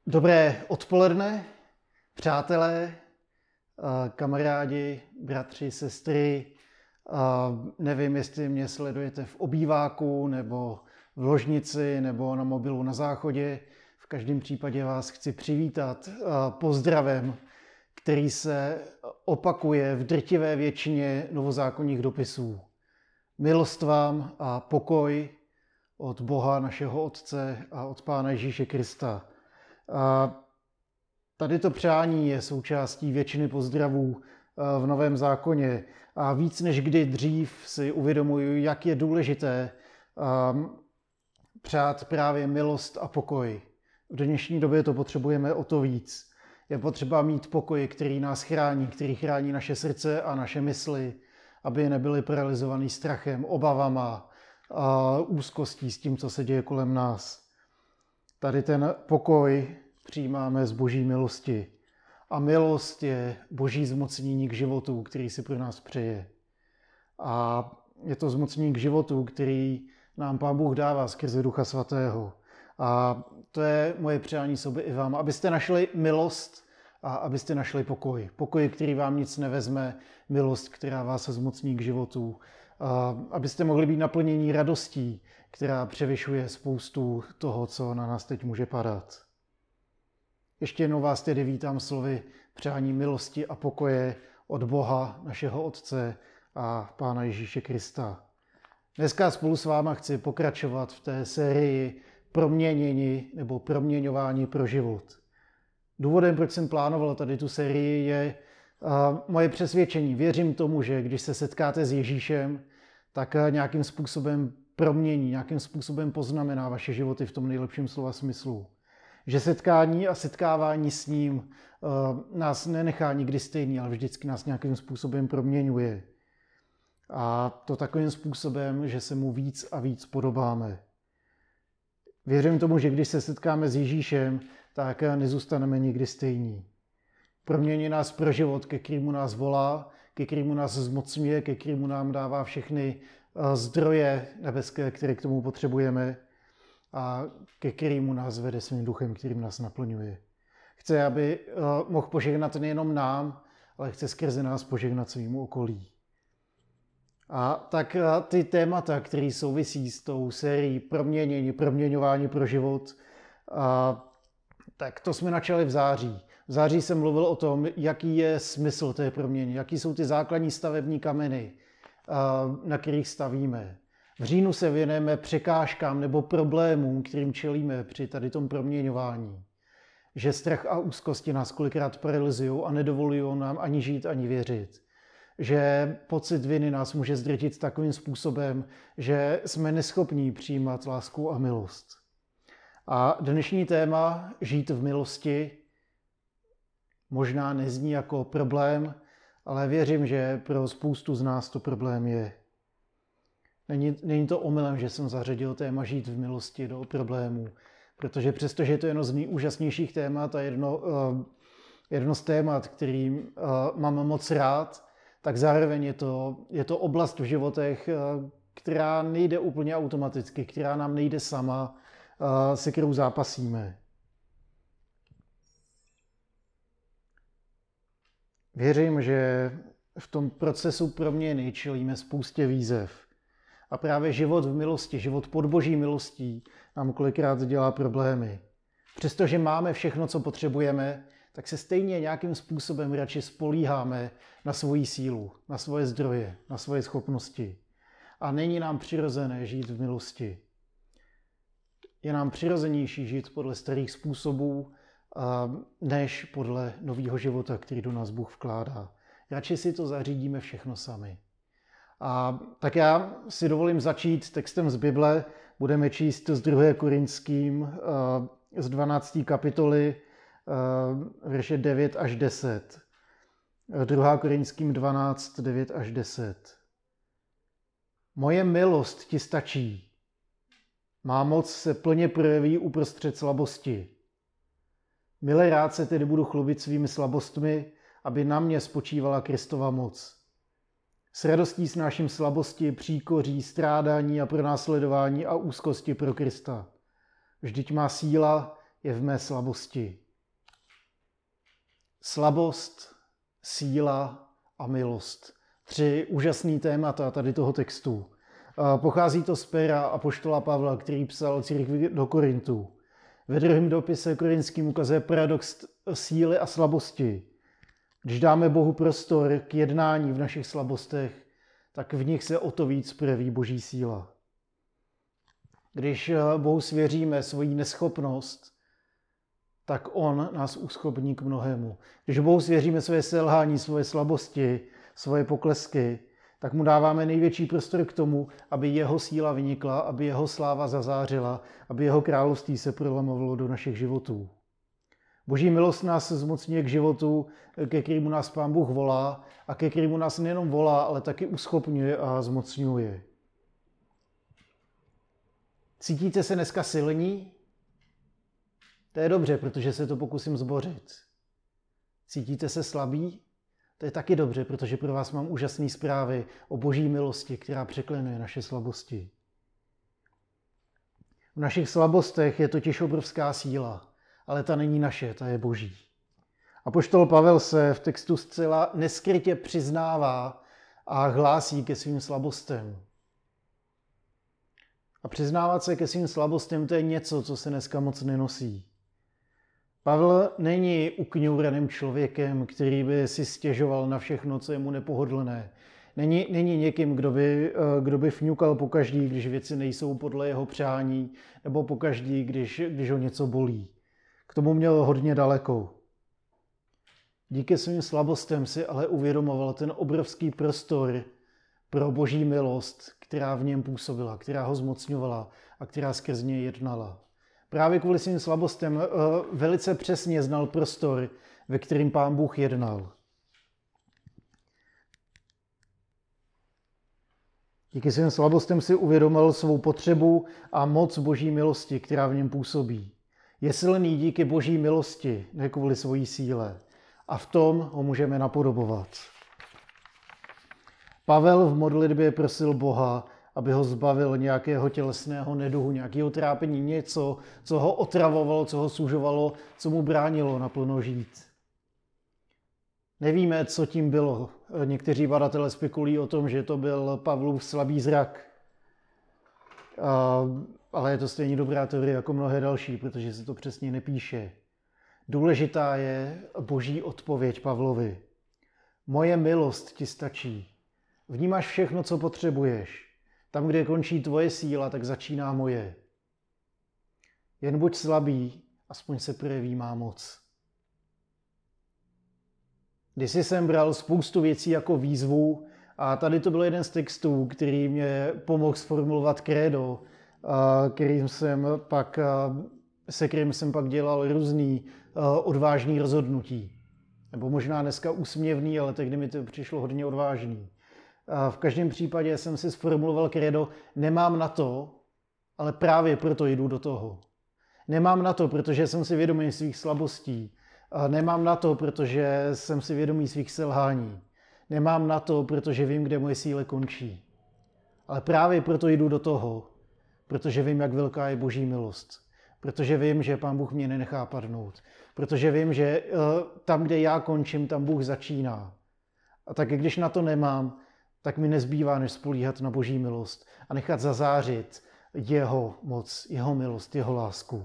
Dobré odpoledne, přátelé, kamarádi, bratři, sestry. Nevím, jestli mě sledujete v obýváku, nebo v ložnici, nebo na mobilu na záchodě. V každém případě vás chci přivítat pozdravem, který se opakuje v drtivé většině novozákonních dopisů. Milost vám a pokoj od Boha, našeho Otce a od Pána Ježíše Krista. A tady to přání je součástí většiny pozdravů v Novém zákoně a víc než kdy dřív si uvědomuji, jak je důležité přát právě milost a pokoj. V dnešní době to potřebujeme o to víc. Je potřeba mít pokoj, který nás chrání, který chrání naše srdce a naše mysli, aby nebyly paralyzovaný strachem, obavama a úzkostí s tím, co se děje kolem nás. Tady ten pokoj přijímáme z Boží milosti. A milost je Boží zmocnění k životu, který si pro nás přeje. A je to zmocnění k životu, který nám Pán Bůh dává skrze Ducha Svatého. A to je moje přání sobě i vám, abyste našli milost a abyste našli pokoj. Pokoj, který vám nic nevezme, milost, která vás zmocní k životu. A abyste mohli být naplnění radostí, která převyšuje spoustu toho, co na nás teď může padat. Ještě jednou vás tedy vítám slovy přání milosti a pokoje od Boha, našeho Otce a Pána Ježíše Krista. Dneska spolu s váma chci pokračovat v té sérii proměnění nebo proměňování pro život. Důvodem, proč jsem plánoval tady tu sérii, je moje přesvědčení. Věřím tomu, že když se setkáte s Ježíšem, tak nějakým způsobem promění, nějakým způsobem poznamená vaše životy v tom nejlepším slova smyslu. Že setkání a setkávání s ním nás nenechá nikdy stejný, ale vždycky nás nějakým způsobem proměňuje. A to takovým způsobem, že se mu víc a víc podobáme. Věřím tomu, že když se setkáme s Ježíšem, tak nezůstaneme nikdy stejní. Promění nás pro život, ke kterému nás volá, ke kterému nás zmocňuje, ke kterému nám dává všechny zdroje nebeské, které k tomu potřebujeme a ke kterému nás vede svým duchem, kterým nás naplňuje. Chce, aby mohl požehnat nejenom nám, ale chce skrze nás požehnat svýmu okolí. A tak ty témata, které souvisí s tou sérií proměnění, proměňování pro život, tak to jsme načali v září. V září jsem mluvil o tom, jaký je smysl té proměny, jaký jsou ty základní stavební kameny, na kterých stavíme. V říjnu se věnujeme překážkám nebo problémům, kterým čelíme při tady tom proměňování. Že strach a úzkosti nás kolikrát paralyzují a nedovolují nám ani žít, ani věřit. Že pocit viny nás může zdrtit takovým způsobem, že jsme neschopní přijímat lásku a milost. A dnešní téma, žít v milosti, možná nezní jako problém, ale věřím, že pro spoustu z nás to problém je. Není to omylem, že jsem zařadil téma žít v milosti do problémů, protože přestože je to jedno z nejúžasnějších témat a jedno z témat, kterým mám moc rád, tak zároveň je to oblast v životech, která nejde úplně automaticky, která nám nejde sama, se kterou zápasíme. Věřím, že v tom procesu proměny čelíme spoustě výzev. A právě život v milosti, život pod Boží milostí nám kolikrát dělá problémy. Přestože máme všechno, co potřebujeme, tak se stejně nějakým způsobem radši spolíháme na svoji sílu, na svoje zdroje, na svoje schopnosti. A není nám přirozené žít v milosti. Je nám přirozenější žít podle starých způsobů, než podle nového života, který do nás Bůh vkládá. Radši si to zařídíme všechno sami. A tak já si dovolím začít textem z Bible. Budeme číst z 2. Korinským z 12. kapitoly verše 9 až 10. 2. Korinským 12, 9 až 10. Moje milost ti stačí. Má moc se plně projeví uprostřed slabosti. Mile rád se tedy budu chlubit svými slabostmi, aby na mě spočívala Kristova moc. S radostí snáším slabosti, příkoří, strádání a pronásledování a úzkosti pro Krista. Vždyť má síla je v mé slabosti. Slabost, síla a milost. 3 úžasný témata tady toho textu. Pochází to z pera apoštola Pavla, který psal církvi do Korintu. Ve 2. dopise korinským ukazuje paradox síly a slabosti. Když dáme Bohu prostor k jednání v našich slabostech, tak v nich se o to víc projeví Boží síla. Když Bohu svěříme svoji neschopnost, tak on nás uschopní k mnohému. Když Bohu svěříme svoje selhání, svoje slabosti, svoje poklesky, tak mu dáváme největší prostor k tomu, aby jeho síla vynikla, aby jeho sláva zazářila, aby jeho království se prolamovalo do našich životů. Boží milost nás zmocňuje k životu, ke kterému nás Pán Bůh volá a ke kterému nás nejenom volá, ale taky uschopňuje a zmocňuje. Cítíte se dneska silní? To je dobře, protože se to pokusím zbořit. Cítíte se slabí? To je taky dobře, protože pro vás mám úžasné zprávy o Boží milosti, která překlenuje naše slabosti. V našich slabostech je totiž obrovská síla, ale ta není naše, ta je Boží. Apoštol Pavel se v textu zcela neskrytě přiznává a hlásí ke svým slabostem. A přiznávat se ke svým slabostem, to je něco, co se dneska moc nenosí. Pavel není ukňouraným člověkem, který by si stěžoval na všechno, co je mu nepohodlné. Není někým, kdo by fňukal pokaždý, když věci nejsou podle jeho přání, nebo pokaždý, když ho něco bolí. K tomu měl hodně daleko. Díky svým slabostem si ale uvědomoval ten obrovský prostor pro Boží milost, která v něm působila, která ho zmocňovala a která skrz něj jednala. Právě kvůli svým slabostem velice přesně znal prostor, ve kterým Pán Bůh jednal. Díky svým slabostem si uvědomil svou potřebu a moc Boží milosti, která v něm působí. Je silný díky Boží milosti, ne kvůli svojí síle. A v tom ho můžeme napodobovat. Pavel v modlitbě prosil Boha, aby ho zbavil nějakého tělesného neduhu, nějakého trápení, něco, co ho otravovalo, co ho sužovalo, co mu bránilo naplno žít. Nevíme, co tím bylo. Někteří badatelé spekulují o tom, že to byl Pavlův slabý zrak. Ale je to stejně dobrá teorie jako mnohé další, protože se to přesně nepíše. Důležitá je Boží odpověď Pavlovi. Moje milost ti stačí. Vnímáš všechno, co potřebuješ. Tam, kde končí tvoje síla, tak začíná moje. Jen buď slabý, aspoň se projeví má moc. Kdysi jsem bral spoustu věcí jako výzvu a tady to byl jeden z textů, který mě pomohl sformulovat krédo, se kterým jsem pak dělal různý odvážný rozhodnutí. Nebo možná dneska úsměvný, ale tehdy mi to přišlo hodně odvážný. V každém případě jsem si sformuloval krédo, nemám na to, ale právě proto jdu do toho. Nemám na to, protože jsem si vědomý svých slabostí. Nemám na to, protože jsem si vědomý svých selhání. Nemám na to, protože vím, kde moje síly končí. Ale právě proto jdu do toho, protože vím, jak velká je Boží milost. Protože vím, že Pán Bůh mě nenechá padnout. Protože vím, že tam, kde já končím, tam Bůh začíná. A tak když na to nemám, tak mi nezbývá, než spolíhat na Boží milost a nechat zazářit jeho moc, jeho milost, jeho lásku.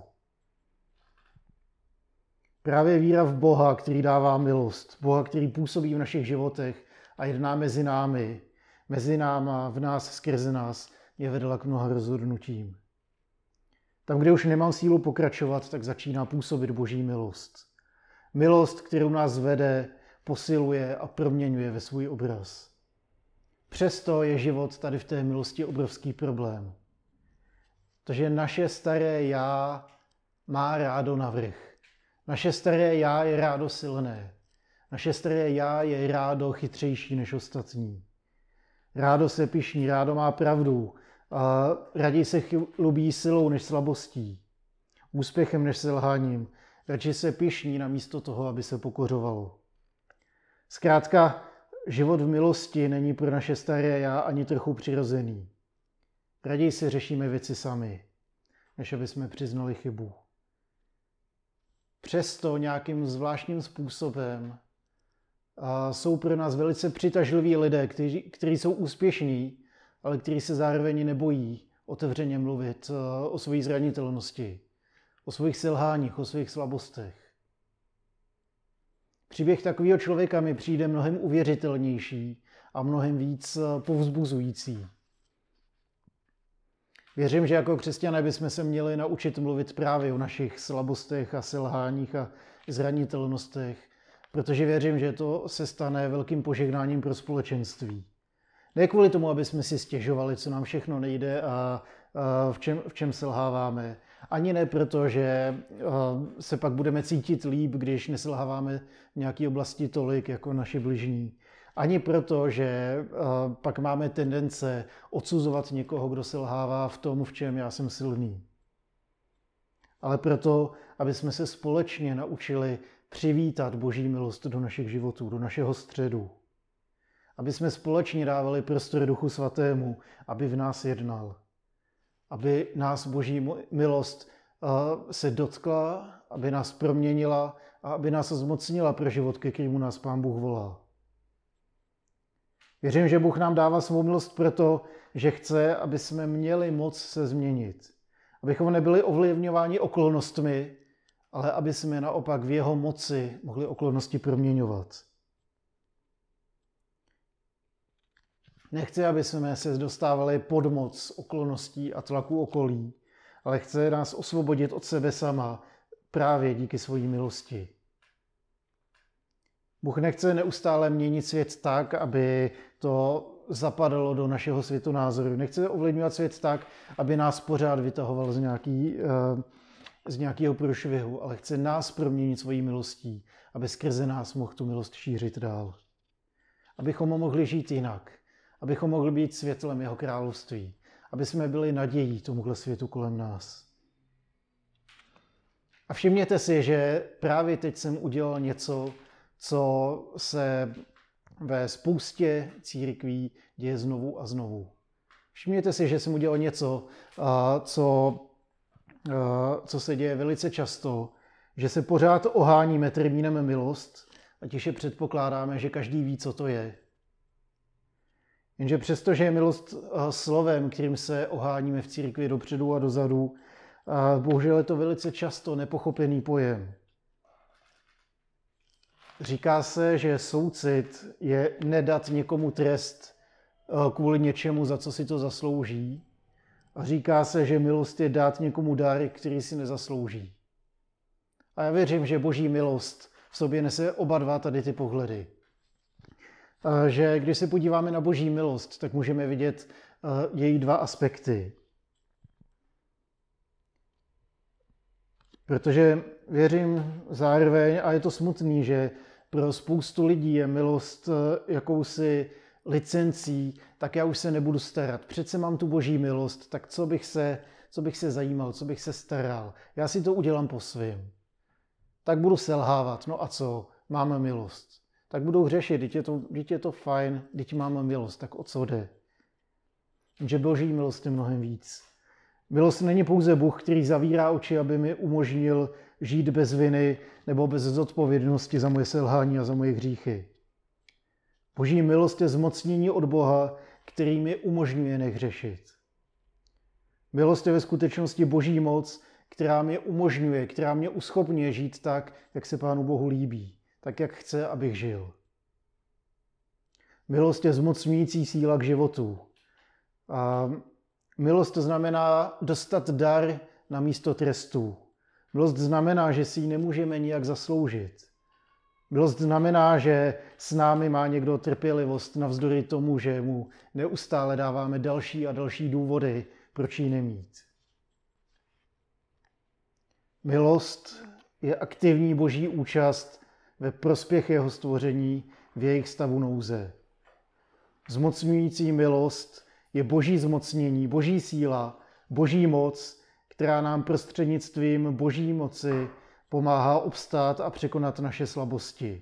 Právě víra v Boha, který dává milost, Boha, který působí v našich životech a jedná mezi náma, v nás, skrze nás, mě vedla k mnoha rozhodnutím. Tam, kde už nemám sílu pokračovat, tak začíná působit Boží milost. Milost, kterou nás vede, posiluje a proměňuje ve svůj obraz. Přesto je život tady v té milosti obrovský problém. Protože naše staré já má rádo navrch. Naše staré já je rádo silné. Naše staré já je rádo chytřejší než ostatní. Rádo se pyšní, rádo má pravdu. A raději se chlubí silou než slabostí. Úspěchem než selháním. Radši se pyšní namísto toho, aby se pokořovalo. Zkrátka, život v milosti není pro naše staré já ani trochu přirozený. Raději si řešíme věci sami, než aby jsme přiznali chybu. přesto nějakým zvláštním způsobem jsou pro nás velice přitažliví lidé, kteří jsou úspěšní, ale kteří se zároveň nebojí otevřeně mluvit o své zranitelnosti, o svých selháních, o svých slabostech. Příběh takového člověka mi přijde mnohem uvěřitelnější a mnohem víc povzbuzující. Věřím, že jako křesťané bychom se měli naučit mluvit právě o našich slabostech a selháních a zranitelnostech, protože věřím, že to se stane velkým požehnáním pro společenství. Ne kvůli tomu, aby jsme si stěžovali, co nám všechno nejde a v čem selháváme. Ani ne proto, že se pak budeme cítit líp, když neselháváme v nějaké oblasti tolik jako naši bližní. Ani proto, že pak máme tendence odsuzovat někoho, kdo selhává v tom, v čem já jsem silný. Ale proto, aby jsme se společně naučili přivítat Boží milost do našich životů, do našeho středu. Aby jsme společně dávali prostor Duchu Svatému, aby v nás jednal. Aby nás Boží milost se dotkla, aby nás proměnila a aby nás zmocnila pro život, ke kterému nás Pán Bůh volá. Věřím, že Bůh nám dává svou milost proto, že chce, aby jsme měli moc se změnit. Abychom nebyli ovlivňováni okolnostmi, ale aby jsme naopak v jeho moci mohli okolnosti proměňovat. Nechce, aby jsme se dostávali pod moc okolností a tlaku okolí, ale chce nás osvobodit od sebe sama právě díky svojí milosti. Bůh nechce neustále měnit svět tak, aby to zapadalo do našeho světonázoru. Nechce ovlivňovat svět tak, aby nás pořád vytahoval z nějakého průšvihu, ale chce nás proměnit svojí milostí, aby skrze nás mohl tu milost šířit dál. Abychom mohli žít jinak, abychom mohli být světlem jeho království, aby jsme byli nadějí tomuhle světu kolem nás. A všimněte si, že právě teď jsem udělal něco, co se ve spoustě církví děje znovu a znovu. Všimněte si, že jsem udělal něco, co se děje velice často, že se pořád oháníme termínem milost a tiše předpokládáme, že každý ví, co to je. Jenže přestože je milost slovem, kterým se oháníme v církvi dopředu a dozadu, bohužel je to velice často nepochopený pojem. Říká se, že soucit je nedat někomu trest kvůli něčemu, za co si to zaslouží. A říká se, že milost je dát někomu dar, který si nezaslouží. A já věřím, že Boží milost v sobě nese oba dva tady ty pohledy. Že když se podíváme na Boží milost, tak můžeme vidět její dva aspekty. Protože věřím zároveň, a je to smutný, že pro spoustu lidí je milost jakousi licencí, tak já už se nebudu starat. Přece mám tu Boží milost, tak co bych se zajímal, co bych se staral. Já si to udělám po svým. Tak budu selhávat, no a co? Máme milost. Tak budu hřešit, teď je to fajn, teď máme milost, tak o co jde? Že Boží milost je mnohem víc. Milost není pouze Bůh, který zavírá oči, aby mi umožnil žít bez viny nebo bez zodpovědnosti za moje selhání a za moje hříchy. Boží milost je zmocnění od Boha, který mi umožňuje nehřešit. Milost je ve skutečnosti Boží moc, která mě umožňuje, která mě uschopňuje žít tak, jak se Pánu Bohu líbí, tak, jak chce, abych žil. Milost je zmocňující síla k životu. A milost znamená dostat dar na místo trestu. Milost znamená, že si ji nemůžeme nijak zasloužit. Milost znamená, že s námi má někdo trpělivost navzdory tomu, že mu neustále dáváme další a další důvody, proč ji nemít. Milost je aktivní Boží účast ve prospěch jeho stvoření v jejich stavu nouze. Zmocňující milost je Boží zmocnění, Boží síla, Boží moc, která nám prostřednictvím Boží moci pomáhá obstát a překonat naše slabosti.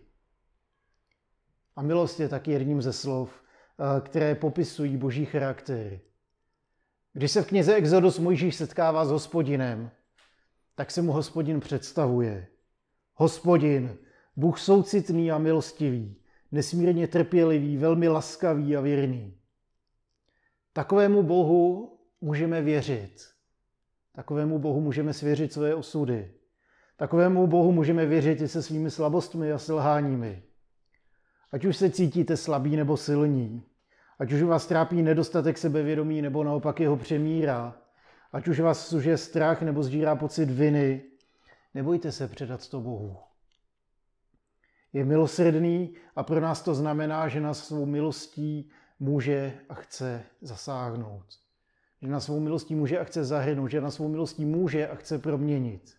A milost je taky jedním ze slov, které popisují Boží charakter. Když se v knize Exodus Mojžíš setkává s Hospodinem, tak se mu Hospodin představuje. Hospodin, Bůh soucitný a milostivý, nesmírně trpělivý, velmi laskavý a věrný. Takovému Bohu můžeme věřit. Takovému Bohu můžeme svěřit své osudy. Takovému Bohu můžeme věřit i se svými slabostmi a selháními. Ať už se cítíte slabí nebo silní, ať už vás trápí nedostatek sebevědomí nebo naopak jeho přemíra, ať už vás sužuje strach nebo sžírá pocit viny, nebojte se předat to Bohu. Je milosrdný a pro nás to znamená, že nás svou milostí může a chce zasáhnout. Že nás svou milostí může a chce zahrnout, že nás svou milostí může a chce proměnit.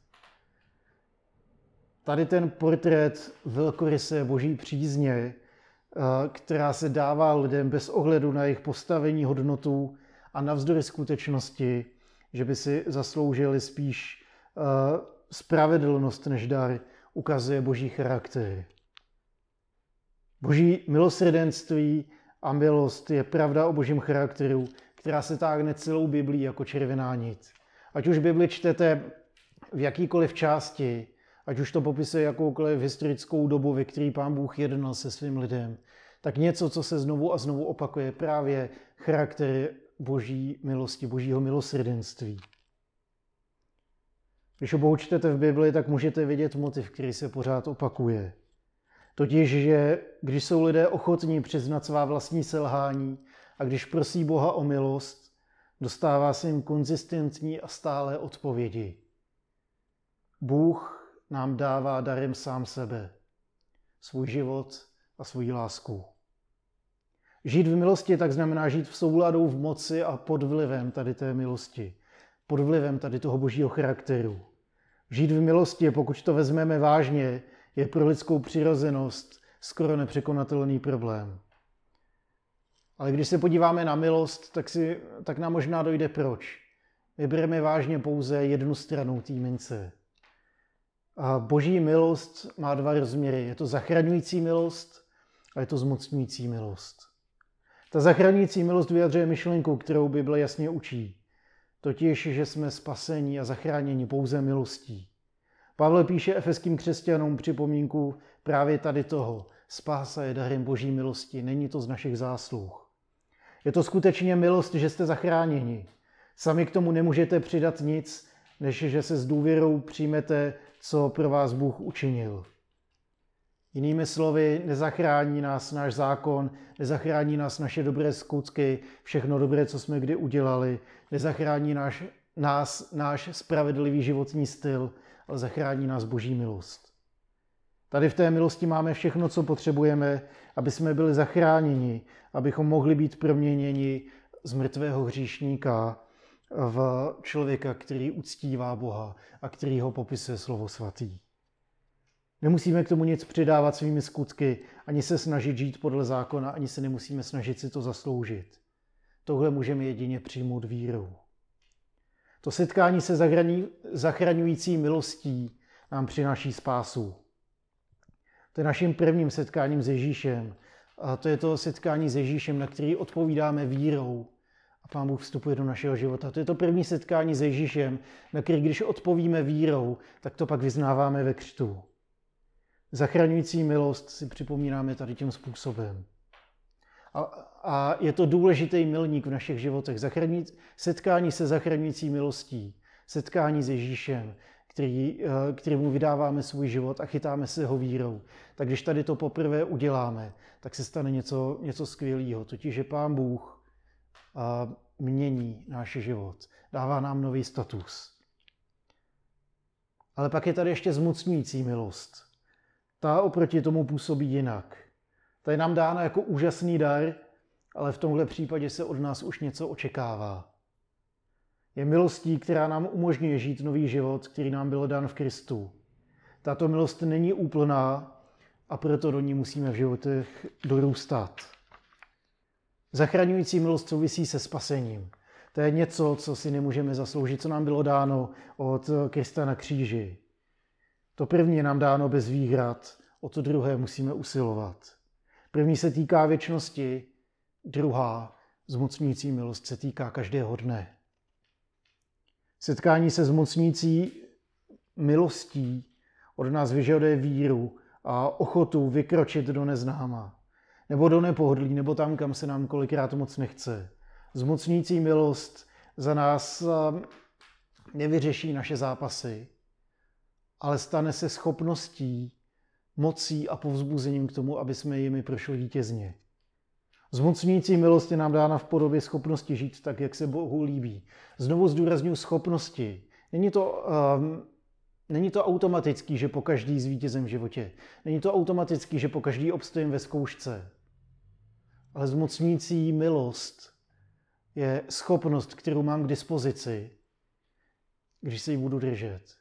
Tady ten portrét velkorysé boží přízně, která se dává lidem bez ohledu na jejich postavení, hodnotu a navzdory skutečnosti, že by si zasloužili spíš spravedlnost než dar, ukazuje boží charakter. Boží milosrdenství a milost je pravda o božím charakteru, která se táhne celou Biblí jako červená nit. Ať už Bibli čtete v jakýkoliv části, ať už to popisuje jakoukoliv historickou dobu, ve které Pán Bůh jednal se svým lidem, tak něco, co se znovu a znovu opakuje, právě charakter boží milosti, božího milosrdenství. Když o Bohu čtete v Bibli, tak můžete vidět motiv, který se pořád opakuje. Totiž, že když jsou lidé ochotní přiznat svá vlastní selhání a když prosí Boha o milost, dostává se jim konzistentní a stálé odpovědi. Bůh nám dává darem sám sebe, svůj život a svou lásku. Žít v milosti tak znamená žít v souladu, v moci a pod vlivem tady té milosti, pod vlivem tady toho božího charakteru. Žít v milosti, pokud to vezmeme vážně, je pro lidskou přirozenost skoro nepřekonatelný problém. Ale když se podíváme na milost, tak nám možná dojde proč. My bereme vážně pouze jednu stranu té mince. A boží milost má dva rozměry. Je to zachraňující milost a je to zmocňující milost. Ta zachraňující milost vyjadřuje myšlenku, kterou Bible jasně učí. Totiž, že jsme spaseni a zachráněni pouze milostí. Pavel píše efeským křesťanům připomínku právě tady toho. Spása je darem boží milosti, není to z našich zásluh. Je to skutečně milost, že jste zachráněni. Sami k tomu nemůžete přidat nic, než že se s důvěrou přijmete, co pro vás Bůh učinil. Jinými slovy, nezachrání nás náš zákon, nezachrání nás naše dobré skutky, všechno dobré, co jsme kdy udělali, nezachrání nás náš spravedlivý životní styl, ale zachrání nás boží milost. Tady v té milosti máme všechno, co potřebujeme, aby jsme byli zachráněni, abychom mohli být proměněni z mrtvého hříšníka v člověka, který uctívá Boha a který ho popisuje slovo svatý. Nemusíme k tomu nic přidávat svými skutky, ani se snažit žít podle zákona, ani se nemusíme snažit si to zasloužit. Tohle můžeme jedině přijmout vírou. To setkání se zachraňující milostí nám přináší spásu. To je naším prvním setkáním s Ježíšem. A to je to setkání s Ježíšem, na který odpovídáme vírou. A Pán Bůh vstupuje do našeho života. To je to první setkání s Ježíšem, na který když odpovíme vírou, tak to pak vyznáváme ve křtu. Zachraňující milost si připomínáme tady tím způsobem. A je to důležitý milník v našich životech. Setkání se zachraňující milostí, setkání s Ježíšem, kterému vydáváme svůj život a chytáme se ho vírou. Tak když tady to poprvé uděláme, tak se stane něco skvělého. Totiž, že Pán Bůh mění náš život, dává nám nový status. Ale pak je tady ještě zmocňující milost. Ta oproti tomu působí jinak. Ta je nám dána jako úžasný dar, ale v tomhle případě se od nás už něco očekává. Je milostí, která nám umožňuje žít nový život, který nám byl dán v Kristu. Tato milost není úplná a proto do ní musíme v životech dorůstat. Zachraňující milost souvisí se spasením. To je něco, co si nemůžeme zasloužit, co nám bylo dáno od Krista na kříži. To první je nám dáno bez výhrad, o to druhé musíme usilovat. První se týká věčnosti, druhá, zmocňující milost, se týká každého dne. Setkání se zmocňující milostí Od nás vyžaduje víru a ochotu vykročit do neznáma, nebo do nepohodlí, nebo tam, kam se nám kolikrát moc nechce. Zmocnící milost za nás nevyřeší naše zápasy, ale stane se schopností, mocí a povzbuzením k tomu, aby jsme jimi prošli vítězně. Zmocňující milost je nám dána v podobě schopnosti žít tak, jak se Bohu líbí. Znovu zdůrazňuji schopnosti. Není to automatický, že pokaždý zvítězím v životě. Není to automatický, že pokaždý obstojím ve zkoušce. Ale zmocňující milost je schopnost, kterou mám k dispozici, když se jí budu držet.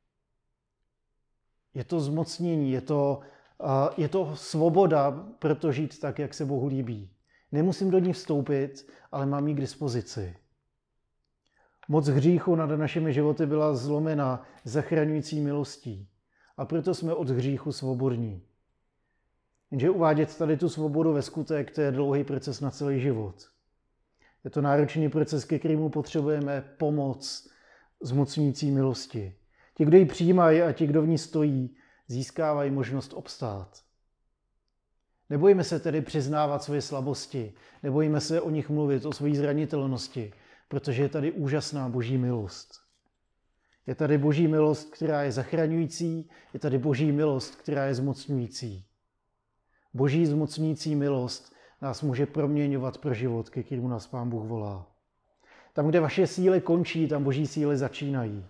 Je to zmocnění, je to svoboda pro to žít tak, jak se Bohu líbí. Nemusím do ní vstoupit, ale mám ji k dispozici. Moc hříchu nad našimi životy byla zlomena zachraňující milostí. A proto jsme od hříchu svobodní. Jenže uvádět tady tu svobodu ve skutek, to je dlouhý proces na celý život. Je to náročný proces, ke kterému potřebujeme pomoc zmocňující milosti. Ti, kdo ji přijímají a ti, kdo v ní stojí, získávají možnost obstát. Nebojíme se tedy přiznávat svoje slabosti, nebojíme se o nich mluvit, o své zranitelnosti, protože je tady úžasná Boží milost. Je tady Boží milost, která je zachraňující, je tady Boží milost, která je zmocňující. Boží zmocňující milost nás může proměňovat pro život, ke kterému nás Pán Bůh volá. Tam, kde vaše síly končí, tam Boží síly začínají.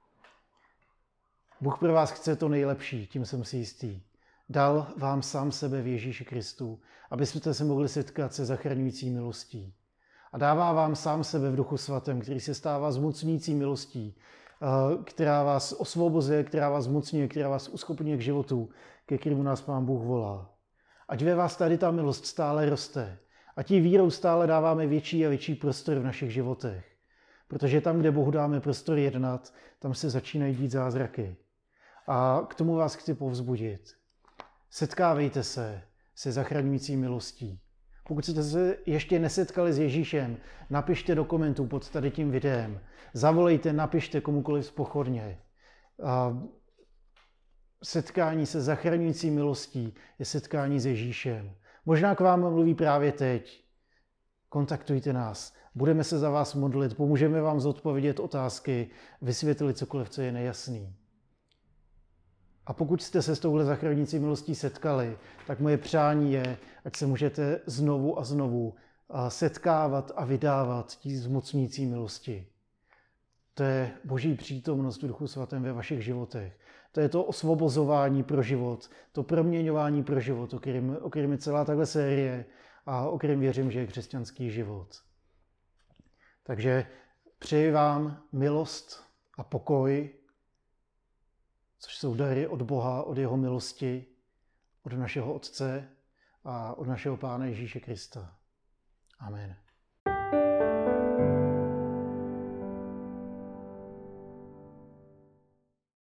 Bůh pro vás chce to nejlepší, tím jsem si jistý. Dal vám sám sebe v Ježíši Kristu, abyste se mohli setkat se zachraňující milostí. A dává vám sám sebe v Duchu Svatém, který se stává zmocňující milostí, která vás osvobozuje, která vás zmocňuje, která vás uschopňuje k životu, ke kterému nás Pán Bůh volá. Ať ve vás tady ta milost stále roste. A tím vírou stále dáváme větší a větší prostor v našich životech. Protože tam, kde Bohu dáme prostor jednat, tam se začínají dít zázraky. A k tomu vás chci povzbudit. Setkávejte se se zachraňující milostí. Pokud jste se ještě nesetkali s Ježíšem, napište do komentů pod tady tím videem. Zavolejte, napište komukoliv z pochodně. Setkání se zachraňující milostí je setkání s Ježíšem. Možná k vám mluví právě teď. Kontaktujte nás, budeme se za vás modlit, pomůžeme vám zodpovědět otázky, vysvětlit cokoliv, co je nejasný. A pokud jste se s touhle zachraňující milostí setkali, tak moje přání je, ať se můžete znovu a znovu setkávat a vydávat tí zmocňující milosti. To je Boží přítomnost v Duchu Svatém ve vašich životech. To je to osvobozování pro život, to proměňování pro život, o kterém je celá tahle série a o kterém věřím, že je křesťanský život. Takže přeji vám milost a pokoj, což jsou dary od Boha, od jeho milosti, od našeho Otce a od našeho Pána Ježíše Krista. Amen.